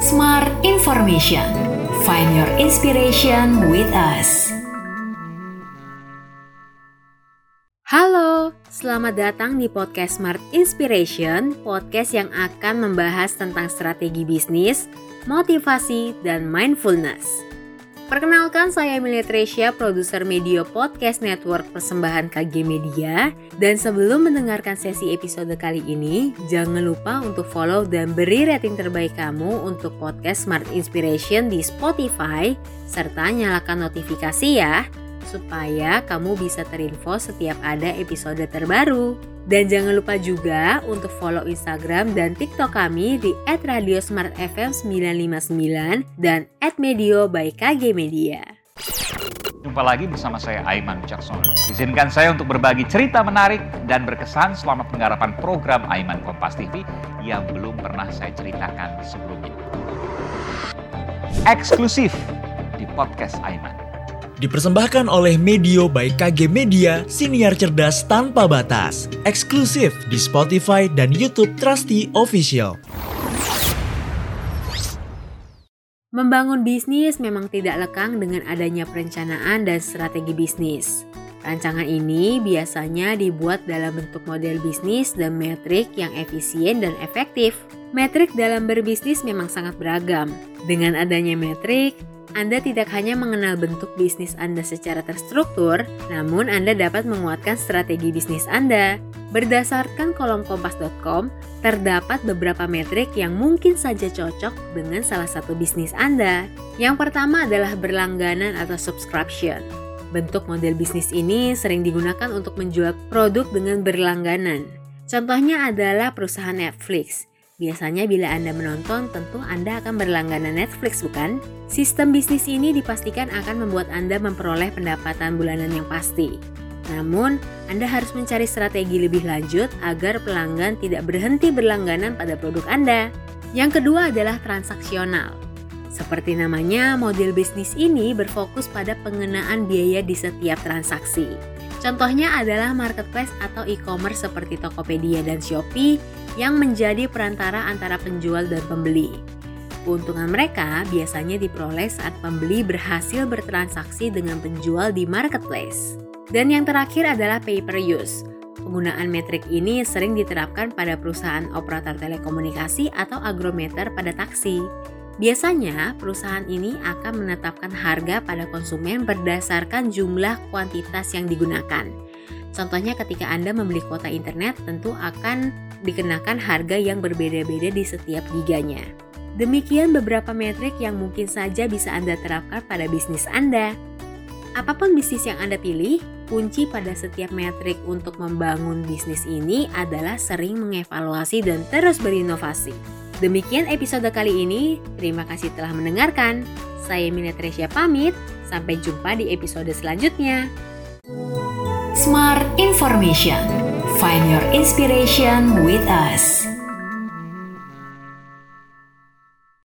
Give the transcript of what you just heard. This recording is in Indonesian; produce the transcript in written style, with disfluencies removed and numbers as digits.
Smart Information. Find your inspiration with us. Halo, selamat datang di podcast Smart Inspiration, podcast yang akan membahas tentang strategi bisnis, motivasi, dan mindfulness. Perkenalkan, saya Emilia Tresya, produser Medio Podcast Network persembahan KG Media. Dan sebelum mendengarkan sesi episode kali ini, jangan lupa untuk follow dan beri rating terbaik kamu untuk podcast Smart Inspiration di Spotify, serta nyalakan notifikasi ya, supaya kamu bisa terinfo setiap ada episode terbaru. Dan jangan lupa juga untuk follow Instagram dan TikTok kami di @radiosmartfm959 dan @medio by KG Media. Jumpa lagi bersama saya Aiman Wicaksono. Izinkan saya untuk berbagi cerita menarik dan berkesan selama penggarapan program Aiman Kompas TV yang belum pernah saya ceritakan sebelumnya. Eksklusif di podcast Aiman. Dipersembahkan oleh Medio by KG Media, siniar cerdas tanpa batas. Eksklusif di Spotify dan YouTube Trusty Official. Membangun bisnis memang tidak lekang dengan adanya perencanaan dan strategi bisnis. Rancangan ini biasanya dibuat dalam bentuk model bisnis dan metrik yang efisien dan efektif. Metrik dalam berbisnis memang sangat beragam. Dengan adanya metrik, Anda tidak hanya mengenal bentuk bisnis Anda secara terstruktur, namun Anda dapat menguatkan strategi bisnis Anda. Berdasarkan kolom kompas.com, terdapat beberapa metrik yang mungkin saja cocok dengan salah satu bisnis Anda. Yang pertama adalah berlangganan atau subscription. Bentuk model bisnis ini sering digunakan untuk menjual produk dengan berlangganan. Contohnya adalah perusahaan Netflix. Biasanya bila Anda menonton, tentu Anda akan berlangganan Netflix, bukan? Sistem bisnis ini dipastikan akan membuat Anda memperoleh pendapatan bulanan yang pasti. Namun, Anda harus mencari strategi lebih lanjut agar pelanggan tidak berhenti berlangganan pada produk Anda. Yang kedua adalah transaksional. Seperti namanya, model bisnis ini berfokus pada pengenaan biaya di setiap transaksi. Contohnya adalah marketplace atau e-commerce seperti Tokopedia dan Shopee yang menjadi perantara antara penjual dan pembeli. Keuntungan mereka biasanya diperoleh saat pembeli berhasil bertransaksi dengan penjual di marketplace. Dan yang terakhir adalah pay per use. Penggunaan metrik ini sering diterapkan pada perusahaan operator telekomunikasi atau agrometer pada taksi. Biasanya, perusahaan ini akan menetapkan harga pada konsumen berdasarkan jumlah kuantitas yang digunakan. Contohnya ketika Anda membeli kuota internet, tentu akan dikenakan harga yang berbeda-beda di setiap giganya. Demikian beberapa metrik yang mungkin saja bisa Anda terapkan pada bisnis Anda. Apapun bisnis yang Anda pilih, kunci pada setiap metrik untuk membangun bisnis ini adalah sering mengevaluasi dan terus berinovasi. Demikian episode kali ini, terima kasih telah mendengarkan. Saya Emilia Tresya pamit, sampai jumpa di episode selanjutnya. Smart Information. Find your inspiration with us.